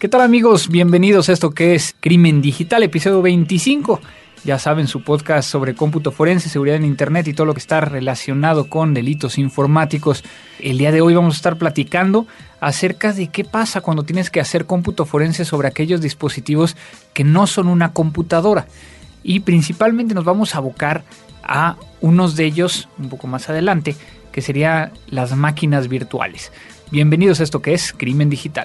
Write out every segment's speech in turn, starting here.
¿Qué tal, amigos? Bienvenidos a esto que es Crimen Digital, episodio 25. Ya saben, su podcast sobre cómputo forense, seguridad en internet y todo lo que está relacionado con delitos informáticos. El día de hoy vamos a estar platicando acerca de qué pasa cuando tienes que hacer cómputo forense sobre aquellos dispositivos que no son una computadora. Y principalmente nos vamos a abocar a unos de ellos un poco más adelante, que serían las máquinas virtuales. Bienvenidos a esto que es Crimen Digital.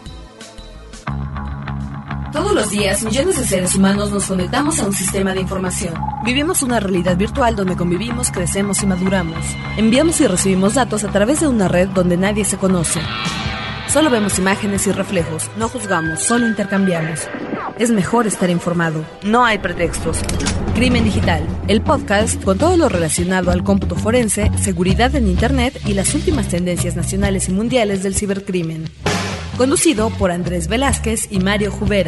Todos los días, millones de seres humanos nos conectamos a un sistema de información. Vivimos una realidad virtual donde convivimos, crecemos y maduramos. Enviamos y recibimos datos a través de una red donde nadie se conoce. Solo vemos imágenes y reflejos, no juzgamos, solo intercambiamos. Es mejor estar informado, no hay pretextos. Crimen Digital, el podcast con todo lo relacionado al cómputo forense, seguridad en internet y las últimas tendencias nacionales y mundiales del cibercrimen. Conducido por Andrés Velázquez y Mario Jubera.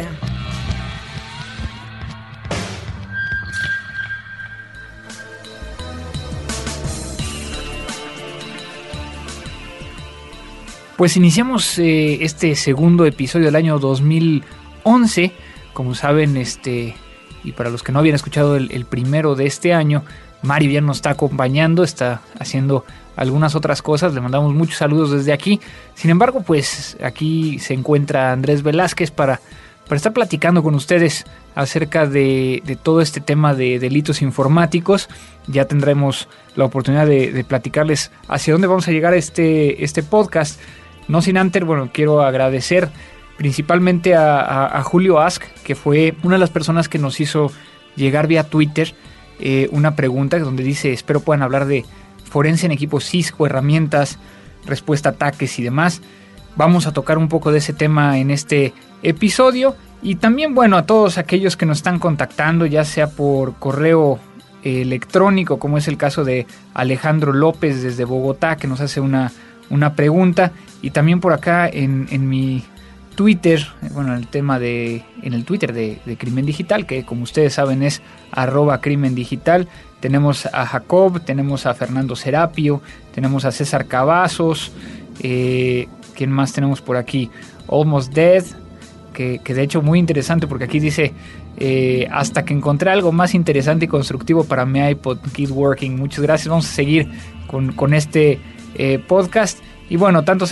Pues iniciamos este segundo episodio del año 2011. Como saben, y para los que no habían escuchado el primero de este año, Mario ya nos está acompañando, está haciendo algunas otras cosas, le mandamos muchos saludos desde aquí. Sin embargo, pues aquí se encuentra Andrés Velázquez para estar platicando con ustedes acerca de todo este tema de delitos informáticos. Ya tendremos la oportunidad de platicarles hacia dónde vamos a llegar este podcast. No sin antes, bueno, quiero agradecer principalmente a Julio Ask, que fue una de las personas que nos hizo llegar vía Twitter una pregunta donde dice: espero puedan hablar de forense en equipos Cisco, herramientas, respuesta a ataques y demás. Vamos a tocar un poco de ese tema en este episodio. Y también, bueno, a todos aquellos que nos están contactando, ya sea por correo electrónico, como es el caso de Alejandro López desde Bogotá, que nos hace una pregunta. Y también por acá en mi Twitter, bueno, en el Twitter de Crimen Digital, que como ustedes saben es @crimendigital. Tenemos a Jacob, tenemos a Fernando Serapio, tenemos a César Cavazos, ¿quién más tenemos por aquí? Almost Dead, que de hecho muy interesante porque aquí dice: hasta que encontré algo más interesante y constructivo para mi iPod, keep working. Muchas gracias, vamos a seguir con este podcast. Y bueno, tantas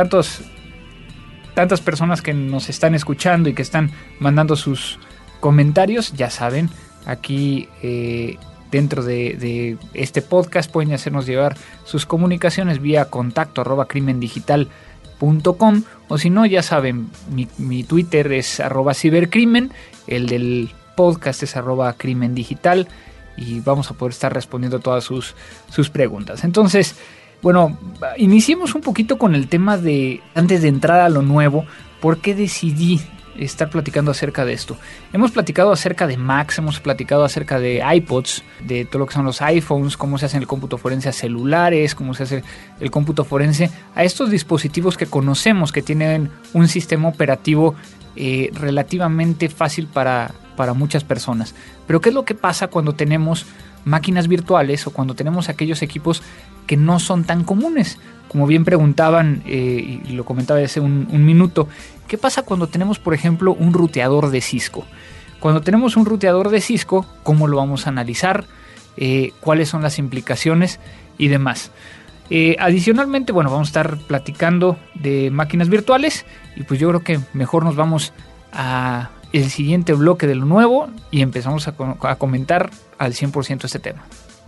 personas que nos están escuchando y que están mandando sus comentarios, ya saben, aquí dentro de este podcast pueden hacernos llegar sus comunicaciones vía contacto @crimendigital.com, o si no, ya saben, mi Twitter es @cibercrimen, el del podcast es @crimendigital, y vamos a poder estar respondiendo todas sus preguntas. Entonces, bueno, iniciemos un poquito con el tema de, antes de entrar a lo nuevo, ¿por qué decidí estar platicando acerca de esto? Hemos platicado acerca de Macs, hemos platicado acerca de iPods, de todo lo que son los iPhones, cómo se hace el cómputo forense a celulares, cómo se hace el cómputo forense a estos dispositivos que conocemos, que tienen un sistema operativo relativamente fácil para muchas personas. Pero ¿qué es lo que pasa cuando tenemos máquinas virtuales o cuando tenemos aquellos equipos que no son tan comunes? Como bien preguntaban, y lo comentaba hace un minuto, ¿qué pasa cuando tenemos, por ejemplo, un ruteador de Cisco? Cuando tenemos un ruteador de Cisco, ¿cómo lo vamos a analizar? ¿Cuáles son las implicaciones y demás? Adicionalmente, bueno, vamos a estar platicando de máquinas virtuales y pues yo creo que mejor nos vamos a el siguiente bloque de lo nuevo y empezamos a comentar al 100% este tema.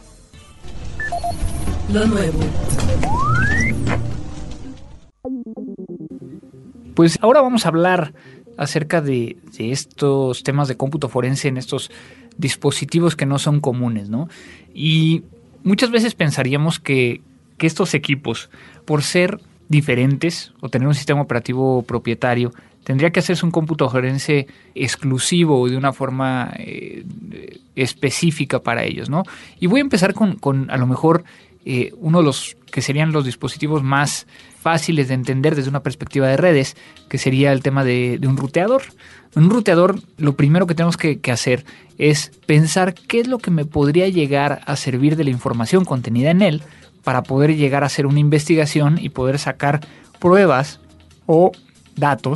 Lo nuevo. Pues ahora vamos a hablar acerca de estos temas de cómputo forense en estos dispositivos que no son comunes, ¿no? Y muchas veces pensaríamos que estos equipos, por ser diferentes o tener un sistema operativo propietario, tendría que hacerse un cómputo forense exclusivo o de una forma específica para ellos, ¿no? Y voy a empezar con a lo mejor uno de los que serían los dispositivos más fáciles de entender desde una perspectiva de redes, que sería el tema de un ruteador. En un ruteador, lo primero que tenemos que hacer es pensar qué es lo que me podría llegar a servir de la información contenida en él para poder llegar a hacer una investigación y poder sacar pruebas o datos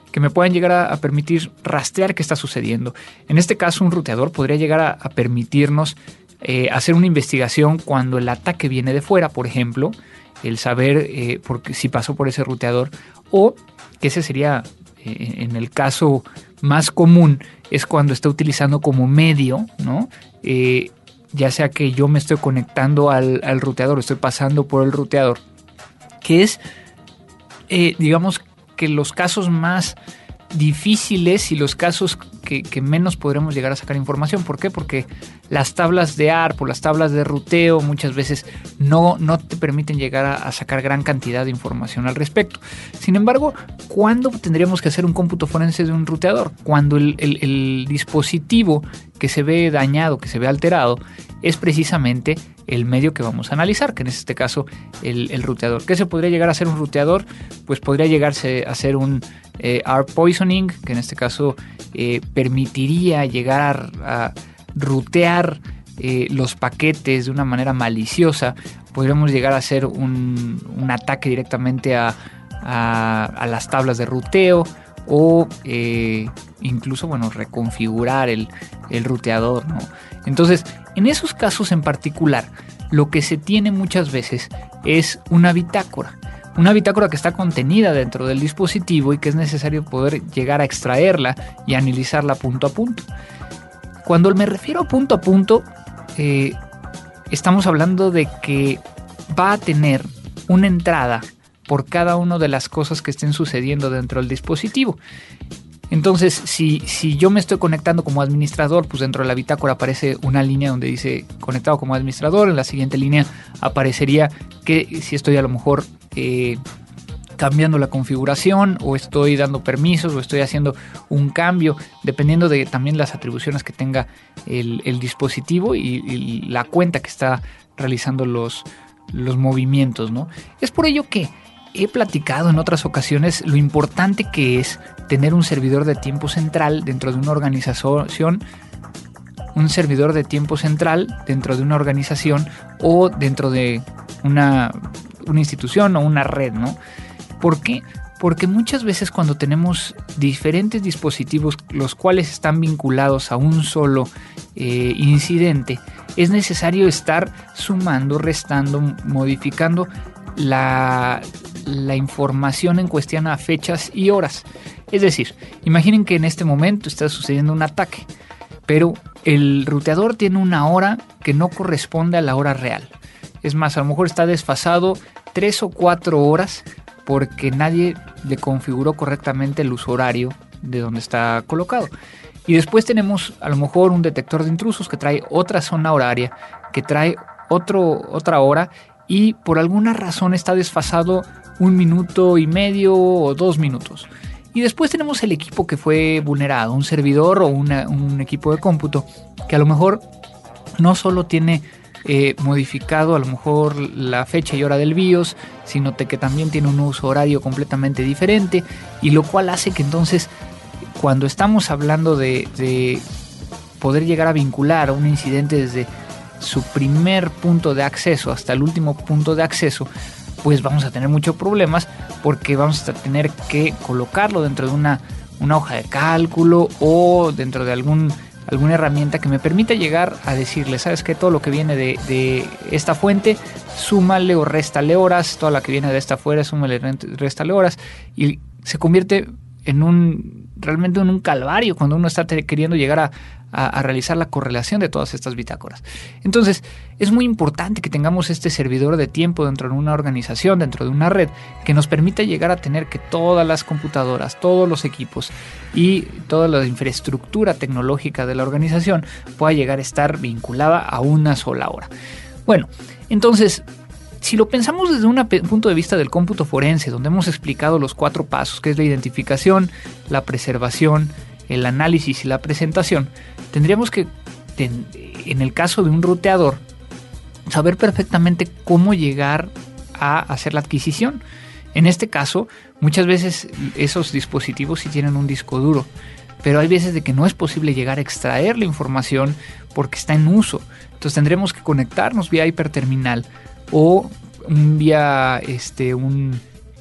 que me puedan llegar a permitir rastrear qué está sucediendo. En este caso, un ruteador podría llegar a permitirnos hacer una investigación cuando el ataque viene de fuera, por ejemplo, el saber si pasó por ese ruteador, o que ese sería, en el caso más común, es cuando está utilizando como medio, ¿no? Ya sea que yo me estoy conectando al ruteador, estoy pasando por el ruteador, que es, digamos que los casos más difíciles y los casos que menos podremos llegar a sacar información. ¿Por qué? Porque las tablas de ARP o las tablas de ruteo muchas veces no te permiten llegar a sacar gran cantidad de información al respecto. Sin embargo, ¿cuándo tendríamos que hacer un cómputo forense de un ruteador? Cuando el dispositivo que se ve dañado, que se ve alterado, es precisamente el medio que vamos a analizar, que en este caso el ruteador. ¿Qué se podría llegar a hacer un ruteador? Pues podría llegarse a hacer un ARP poisoning, que en este caso permitiría llegar a rutear los paquetes de una manera maliciosa. Podríamos llegar a hacer un ataque directamente a las tablas de ruteo, o incluso, reconfigurar el ruteador, ¿no? Entonces, en esos casos en particular, lo que se tiene muchas veces es una bitácora que está contenida dentro del dispositivo y que es necesario poder llegar a extraerla y analizarla punto a punto. Cuando me refiero a punto, estamos hablando de que va a tener una entrada por cada una de las cosas que estén sucediendo dentro del dispositivo. Entonces, si yo me estoy conectando como administrador, pues dentro de la bitácora aparece una línea donde dice conectado como administrador. En la siguiente línea aparecería que si estoy a lo mejor cambiando la configuración, o estoy dando permisos, o estoy haciendo un cambio, dependiendo de también las atribuciones que tenga el dispositivo y la cuenta que está realizando los movimientos, ¿no? Es por ello que he platicado en otras ocasiones lo importante que es tener un servidor de tiempo central dentro de una organización, o dentro de una institución o una red, ¿no? ¿Por qué? Porque muchas veces cuando tenemos diferentes dispositivos los cuales están vinculados a un solo incidente, es necesario estar sumando, restando, modificando la información en cuestión a fechas y horas. Es decir, imaginen que en este momento está sucediendo un ataque, pero el ruteador tiene una hora que no corresponde a la hora real. Es más, a lo mejor está desfasado 3 o 4 horas porque nadie le configuró correctamente el uso horario de donde está colocado. Y después tenemos a lo mejor un detector de intrusos que trae otra zona horaria, que trae otra hora, y por alguna razón está desfasado 1 minuto y medio o 2 minutos. Y después tenemos el equipo que fue vulnerado, un servidor o un equipo de cómputo que a lo mejor no solo tiene modificado a lo mejor la fecha y hora del BIOS, sino que también tiene un uso horario completamente diferente, y lo cual hace que entonces, cuando estamos hablando de poder llegar a vincular a un incidente desde su primer punto de acceso hasta el último punto de acceso, pues vamos a tener muchos problemas, porque vamos a tener que colocarlo dentro de una hoja de cálculo o dentro de alguna herramienta que me permita llegar a decirle, sabes que todo lo que viene de esta fuente, súmale o réstale horas, toda la que viene de esta fuera, súmale, réstale horas, y se convierte realmente en un calvario cuando uno está queriendo llegar a realizar la correlación de todas estas bitácoras. Entonces, es muy importante que tengamos este servidor de tiempo dentro de una organización, dentro de una red, que nos permita llegar a tener que todas las computadoras, todos los equipos y toda la infraestructura tecnológica de la organización pueda llegar a estar vinculada a una sola hora. Bueno, entonces, si lo pensamos desde un punto de vista del cómputo forense, donde hemos explicado los 4 pasos, que es la identificación, la preservación, el análisis y la presentación, tendríamos que, en el caso de un ruteador, saber perfectamente cómo llegar a hacer la adquisición. En este caso, muchas veces esos dispositivos sí tienen un disco duro, pero hay veces de que no es posible llegar a extraer la información porque está en uso. Entonces tendremos que conectarnos vía hiperterminal o vía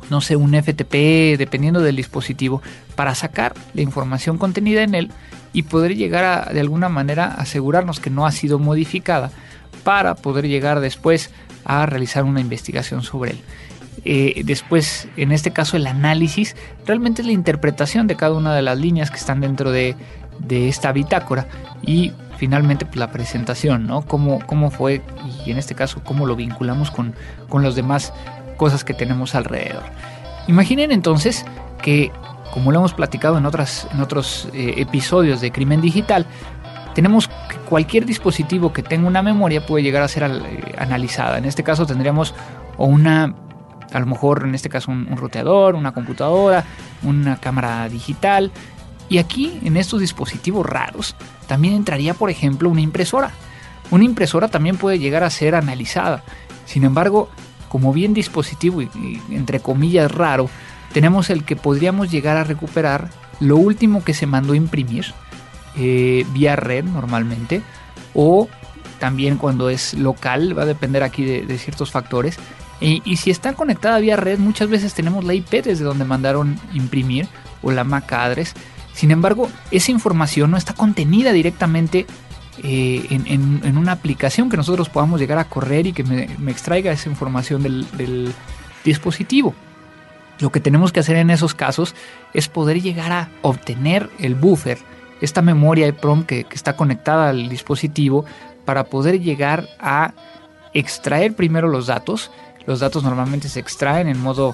no sé, un FTP, dependiendo del dispositivo, para sacar la información contenida en él y poder llegar a, de alguna manera, asegurarnos que no ha sido modificada para poder llegar después a realizar una investigación sobre él. Después, en este caso, el análisis realmente es la interpretación de cada una de las líneas que están dentro de esta bitácora y finalmente pues, la presentación, ¿no? Cómo fue y en este caso cómo lo vinculamos con las demás cosas que tenemos alrededor. Imaginen entonces que, como lo hemos platicado en otros episodios de Crimen Digital, tenemos que cualquier dispositivo que tenga una memoria puede llegar a ser analizada. En este caso tendríamos a lo mejor en este caso un roteador, una computadora, una cámara digital. Y aquí en estos dispositivos raros también entraría, por ejemplo, una impresora. Una impresora también puede llegar a ser analizada. Sin embargo, como bien dispositivo y entre comillas raro, tenemos el que podríamos llegar a recuperar lo último que se mandó a imprimir vía red normalmente, o también cuando es local, va a depender aquí de ciertos factores. Y si está conectada vía red, muchas veces tenemos la IP desde donde mandaron imprimir o la MAC address. Sin embargo, esa información no está contenida directamente en una aplicación que nosotros podamos llegar a correr y que me extraiga esa información del dispositivo. Lo que tenemos que hacer en esos casos es poder llegar a obtener el buffer, esta memoria EEPROM que está conectada al dispositivo, para poder llegar a extraer primero los datos. Los datos normalmente se extraen en modo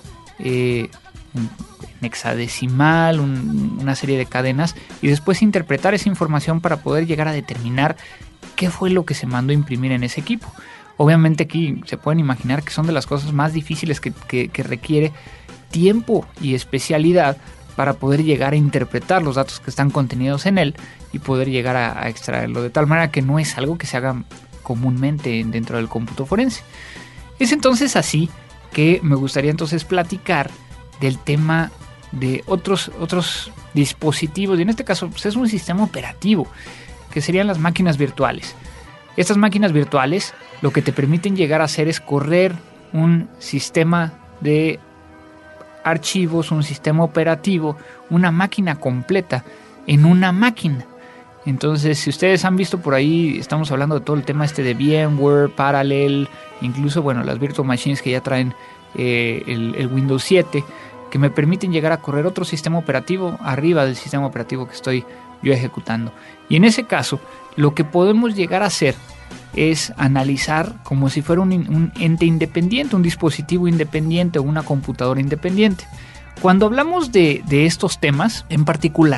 hexadecimal, una serie de cadenas, y después interpretar esa información para poder llegar a determinar qué fue lo que se mandó a imprimir en ese equipo. Obviamente aquí se pueden imaginar que son de las cosas más difíciles que requiere tiempo y especialidad para poder llegar a interpretar los datos que están contenidos en él y poder llegar a extraerlo, de tal manera que no es algo que se haga comúnmente dentro del cómputo forense. Es entonces así que me gustaría entonces platicar del tema de otros dispositivos, y en este caso pues es un sistema operativo, que serían las máquinas virtuales. Estas máquinas virtuales lo que te permiten llegar a hacer es correr un sistema de archivos, un sistema operativo, una máquina completa en una máquina. Entonces, si ustedes han visto por ahí, estamos hablando de todo el tema de VMware, Parallel, incluso las Virtual Machines que ya traen el Windows 7, que me permiten llegar a correr otro sistema operativo arriba del sistema operativo que estoy yo ejecutando. Y en ese caso, lo que podemos llegar a hacer es analizar como si fuera un ente independiente, un dispositivo independiente o una computadora independiente. Cuando hablamos de estos temas en particular,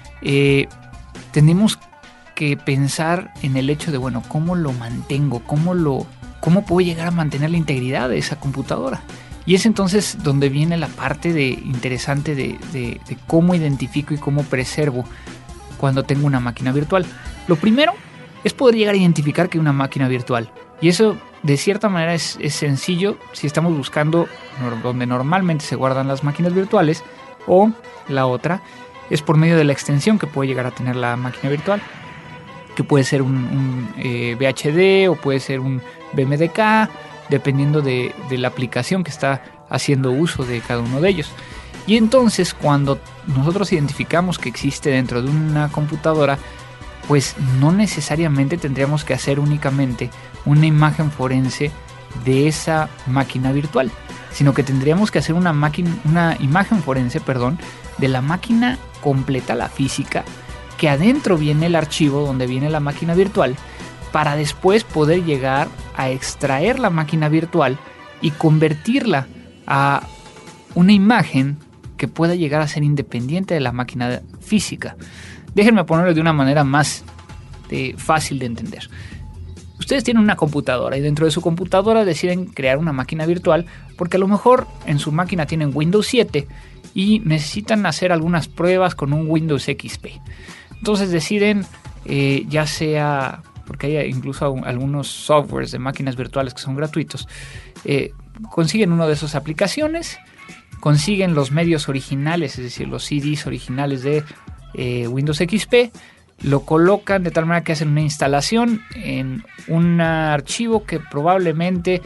tenemos que pensar en el hecho de, ¿cómo lo mantengo? ¿Cómo puedo llegar a mantener la integridad de esa computadora? Y es entonces donde viene la parte interesante de cómo identifico y cómo preservo cuando tengo una máquina virtual. Lo primero es poder llegar a identificar que hay una máquina virtual. Y eso de cierta manera es sencillo si estamos buscando donde normalmente se guardan las máquinas virtuales, o la otra es por medio de la extensión que puede llegar a tener la máquina virtual, que puede ser un VHD o puede ser un BMDK, dependiendo de la aplicación que está haciendo uso de cada uno de ellos. Y entonces cuando nosotros identificamos que existe dentro de una computadora, pues no necesariamente tendríamos que hacer únicamente una imagen forense de esa máquina virtual, sino que tendríamos que hacer una imagen forense, de la máquina completa, la física, que adentro viene el archivo donde viene la máquina virtual, para después poder llegar a extraer la máquina virtual y convertirla a una imagen que pueda llegar a ser independiente de la máquina física. Déjenme ponerlo de una manera más fácil de entender. Ustedes tienen una computadora y dentro de su computadora deciden crear una máquina virtual porque a lo mejor en su máquina tienen Windows 7 y necesitan hacer algunas pruebas con un Windows XP. Entonces deciden, ya sea porque hay incluso algunos softwares de máquinas virtuales que son gratuitos, consiguen una de esas aplicaciones, consiguen los medios originales, es decir, los CDs originales de Windows XP, lo colocan de tal manera que hacen una instalación en un archivo que probablemente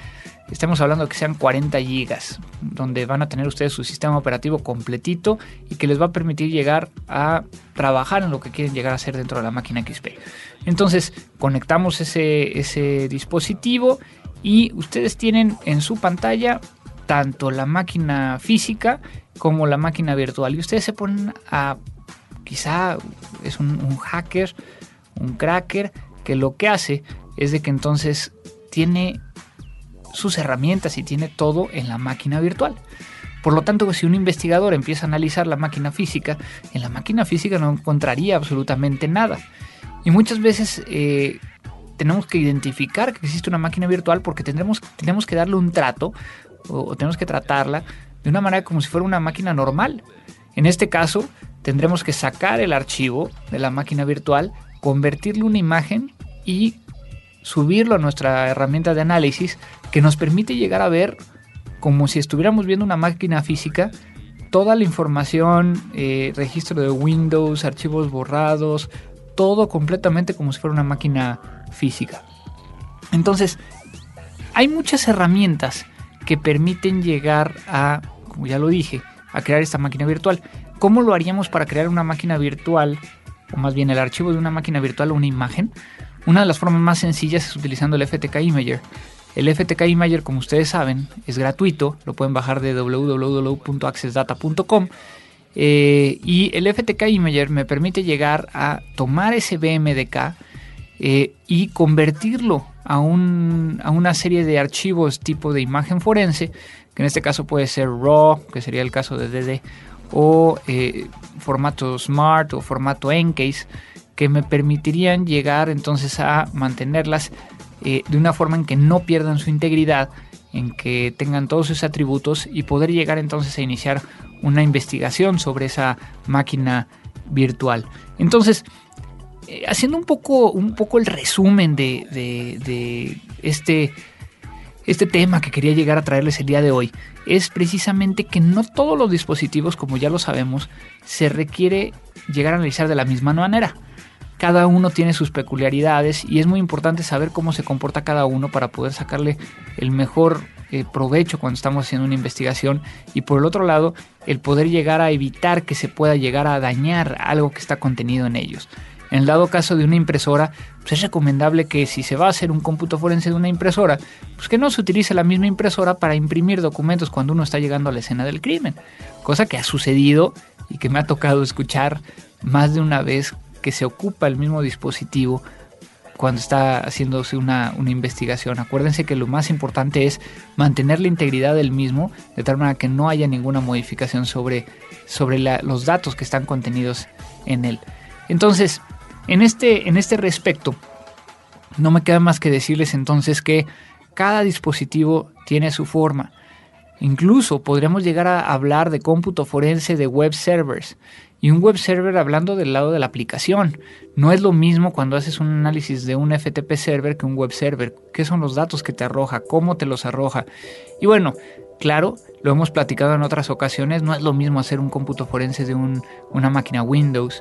estemos hablando de que sean 40 gigas, donde van a tener ustedes su sistema operativo completito y que les va a permitir llegar a trabajar en lo que quieren llegar a hacer dentro de la máquina XP. Entonces conectamos ese dispositivo y ustedes tienen en su pantalla tanto la máquina física como la máquina virtual. Y ustedes se ponen a, quizá es un hacker, un cracker, que lo que hace es de que entonces tiene sus herramientas y tiene todo en la máquina virtual. Por lo tanto, si un investigador empieza a analizar la máquina física, en la máquina física no encontraría absolutamente nada. Y muchas veces tenemos que identificar que existe una máquina virtual porque tenemos que darle un trato o tenemos que tratarla de una manera como si fuera una máquina normal. En este caso, tendremos que sacar el archivo de la máquina virtual, convertirlo en una imagen y subirlo a nuestra herramienta de análisis que nos permite llegar a ver, como si estuviéramos viendo una máquina física, toda la información, registro de Windows, archivos borrados, todo completamente como si fuera una máquina física. Entonces, hay muchas herramientas que permiten llegar a, como ya lo dije, a crear esta máquina virtual. ¿Cómo lo haríamos para crear una máquina virtual, o más bien el archivo de una máquina virtual o una imagen? Una de las formas más sencillas es utilizando el FTK Imager. El FTK Imager, como ustedes saben, es gratuito, lo pueden bajar de www.accessdata.com. Y el FTK Imager me permite llegar a tomar ese BMDK y convertirlo a una serie de archivos tipo de imagen forense, que en este caso puede ser RAW, que sería el caso de DD, o formato SMART o formato ENCASE, que me permitirían llegar entonces a mantenerlas de una forma en que no pierdan su integridad, en que tengan todos sus atributos y poder llegar entonces a iniciar una investigación sobre esa máquina virtual. Entonces, haciendo un poco el resumen de este tema que quería llegar a traerles el día de hoy, es precisamente que no todos los dispositivos, como ya lo sabemos, se requiere llegar a analizar de la misma manera. Cada uno tiene sus peculiaridades y es muy importante saber cómo se comporta cada uno para poder sacarle el mejor provecho cuando estamos haciendo una investigación, y por el otro lado el poder llegar a evitar que se pueda llegar a dañar algo que está contenido en ellos. En el dado caso de una impresora, pues es recomendable que si se va a hacer un cómputo forense de una impresora, pues que no se utilice la misma impresora para imprimir documentos cuando uno está llegando a la escena del crimen, cosa que ha sucedido y que me ha tocado escuchar más de una vez, que se ocupa el mismo dispositivo cuando está haciéndose una investigación. Acuérdense que lo más importante es mantener la integridad del mismo, de tal manera que no haya ninguna modificación sobre los datos que están contenidos en él. Entonces, en este respecto, no me queda más que decirles entonces que cada dispositivo tiene su forma. Incluso podríamos llegar a hablar de cómputo forense de web servers. Y un web server hablando del lado de la aplicación. No es lo mismo cuando haces un análisis de un FTP server que un web server. ¿Qué son los datos que te arroja? ¿Cómo te los arroja? Y bueno, claro, lo hemos platicado en otras ocasiones. No es lo mismo hacer un cómputo forense de una máquina Windows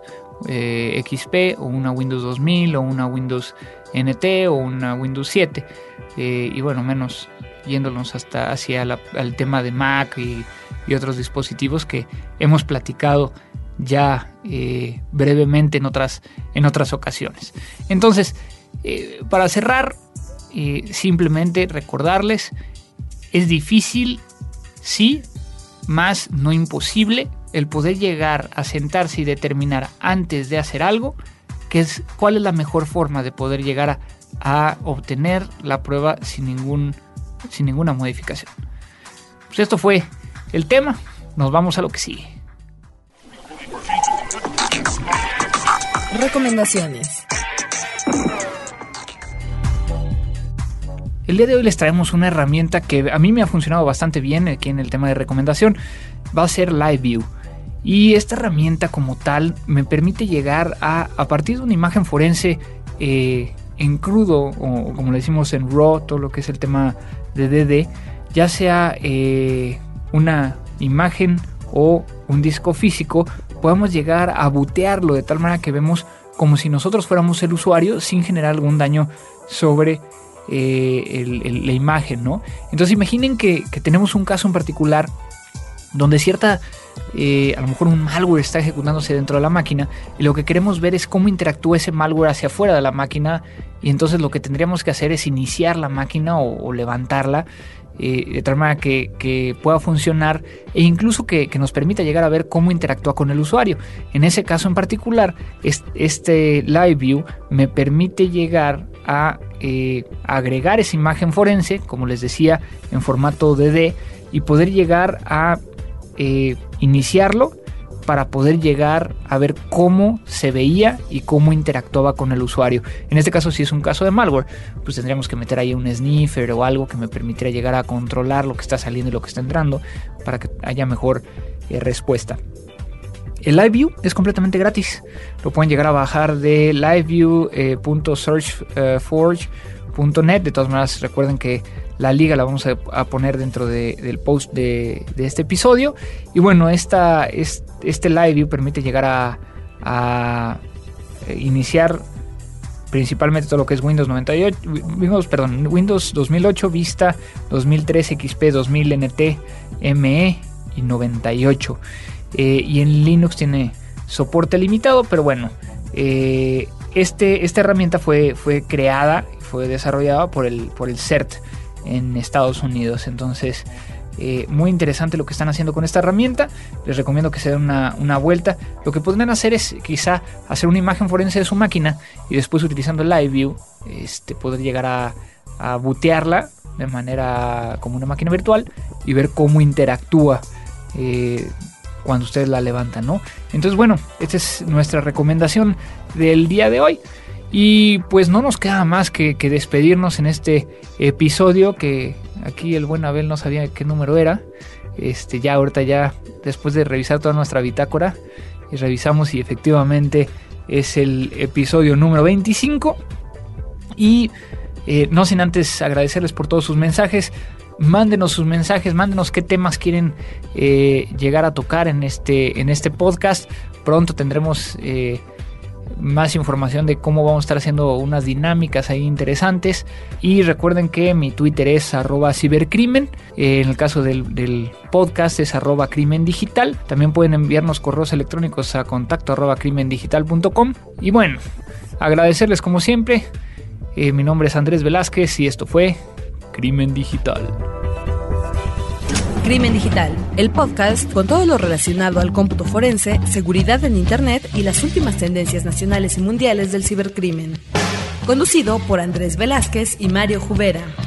XP o una Windows 2000 o una Windows NT o una Windows 7. Y bueno, menos yéndonos hasta hacia el tema de Mac y otros dispositivos que hemos platicado ya brevemente en otras ocasiones. Entonces, para cerrar, simplemente recordarles, es difícil, sí, más no imposible, el poder llegar a sentarse y determinar antes de hacer algo cuál es la mejor forma de poder llegar a obtener la prueba sin ninguna modificación. Pues esto fue el tema, nos vamos a lo que sigue. Recomendaciones. El día de hoy les traemos una herramienta que a mí me ha funcionado bastante bien aquí en el tema de recomendación. Va a ser LiveView. Y esta herramienta como tal me permite llegar a partir de una imagen forense en crudo, o como le decimos en RAW, todo lo que es el tema de DD, ya sea una imagen o un disco físico, podemos llegar a bootearlo de tal manera que vemos como si nosotros fuéramos el usuario sin generar algún daño sobre la imagen, ¿no? Entonces imaginen que tenemos un caso en particular donde a lo mejor un malware está ejecutándose dentro de la máquina y lo que queremos ver es cómo interactúa ese malware hacia afuera de la máquina, y entonces lo que tendríamos que hacer es iniciar la máquina o levantarla de tal manera que pueda funcionar e incluso que nos permita llegar a ver cómo interactúa con el usuario. En ese caso en particular, este Live View me permite llegar a agregar esa imagen forense, como les decía, en formato DD, y poder llegar a iniciarlo para poder llegar a ver cómo se veía y cómo interactuaba con el usuario. En este caso, si es un caso de malware, pues tendríamos que meter ahí un sniffer o algo que me permitiera llegar a controlar lo que está saliendo y lo que está entrando para que haya mejor respuesta. El Live View es completamente gratis. Lo pueden llegar a bajar de liveview.searchforge.net. De todas maneras, recuerden que la liga la vamos a poner dentro del post de este episodio. Y bueno, este Live View permite llegar a iniciar principalmente todo lo que es Windows 2008, Vista 2013, XP 2000, NT, ME y 98. Y en Linux tiene soporte limitado, pero bueno, esta herramienta fue creada, fue desarrollada por el CERT en Estados Unidos. Entonces, muy interesante lo que están haciendo con esta herramienta. Les recomiendo que se den una vuelta. Lo que podrían hacer es quizá hacer una imagen forense de su máquina y después, utilizando el Live View, poder llegar a bootearla de manera como una máquina virtual y ver cómo interactúa cuando ustedes la levantan, ¿no? Entonces, bueno, esta es nuestra recomendación del día de hoy. Y pues no nos queda más que despedirnos en este episodio, que aquí el buen Abel no sabía qué número era. Ahorita después de revisar toda nuestra bitácora, y revisamos y efectivamente es el episodio número 25. Y no sin antes agradecerles por todos sus mensajes. Mándenos sus mensajes, mándenos qué temas quieren llegar a tocar en este podcast. Pronto tendremos más información de cómo vamos a estar haciendo unas dinámicas ahí interesantes. Y recuerden que mi Twitter es @cibercrimen. En el caso del podcast es @crimendigital. También pueden enviarnos correos electrónicos a contacto@crimendigital.com. Y bueno, agradecerles como siempre. Mi nombre es Andrés Velázquez y esto fue Crimen Digital. Crimen Digital, el podcast con todo lo relacionado al cómputo forense, seguridad en Internet y las últimas tendencias nacionales y mundiales del cibercrimen. Conducido por Andrés Velázquez y Mario Jubera.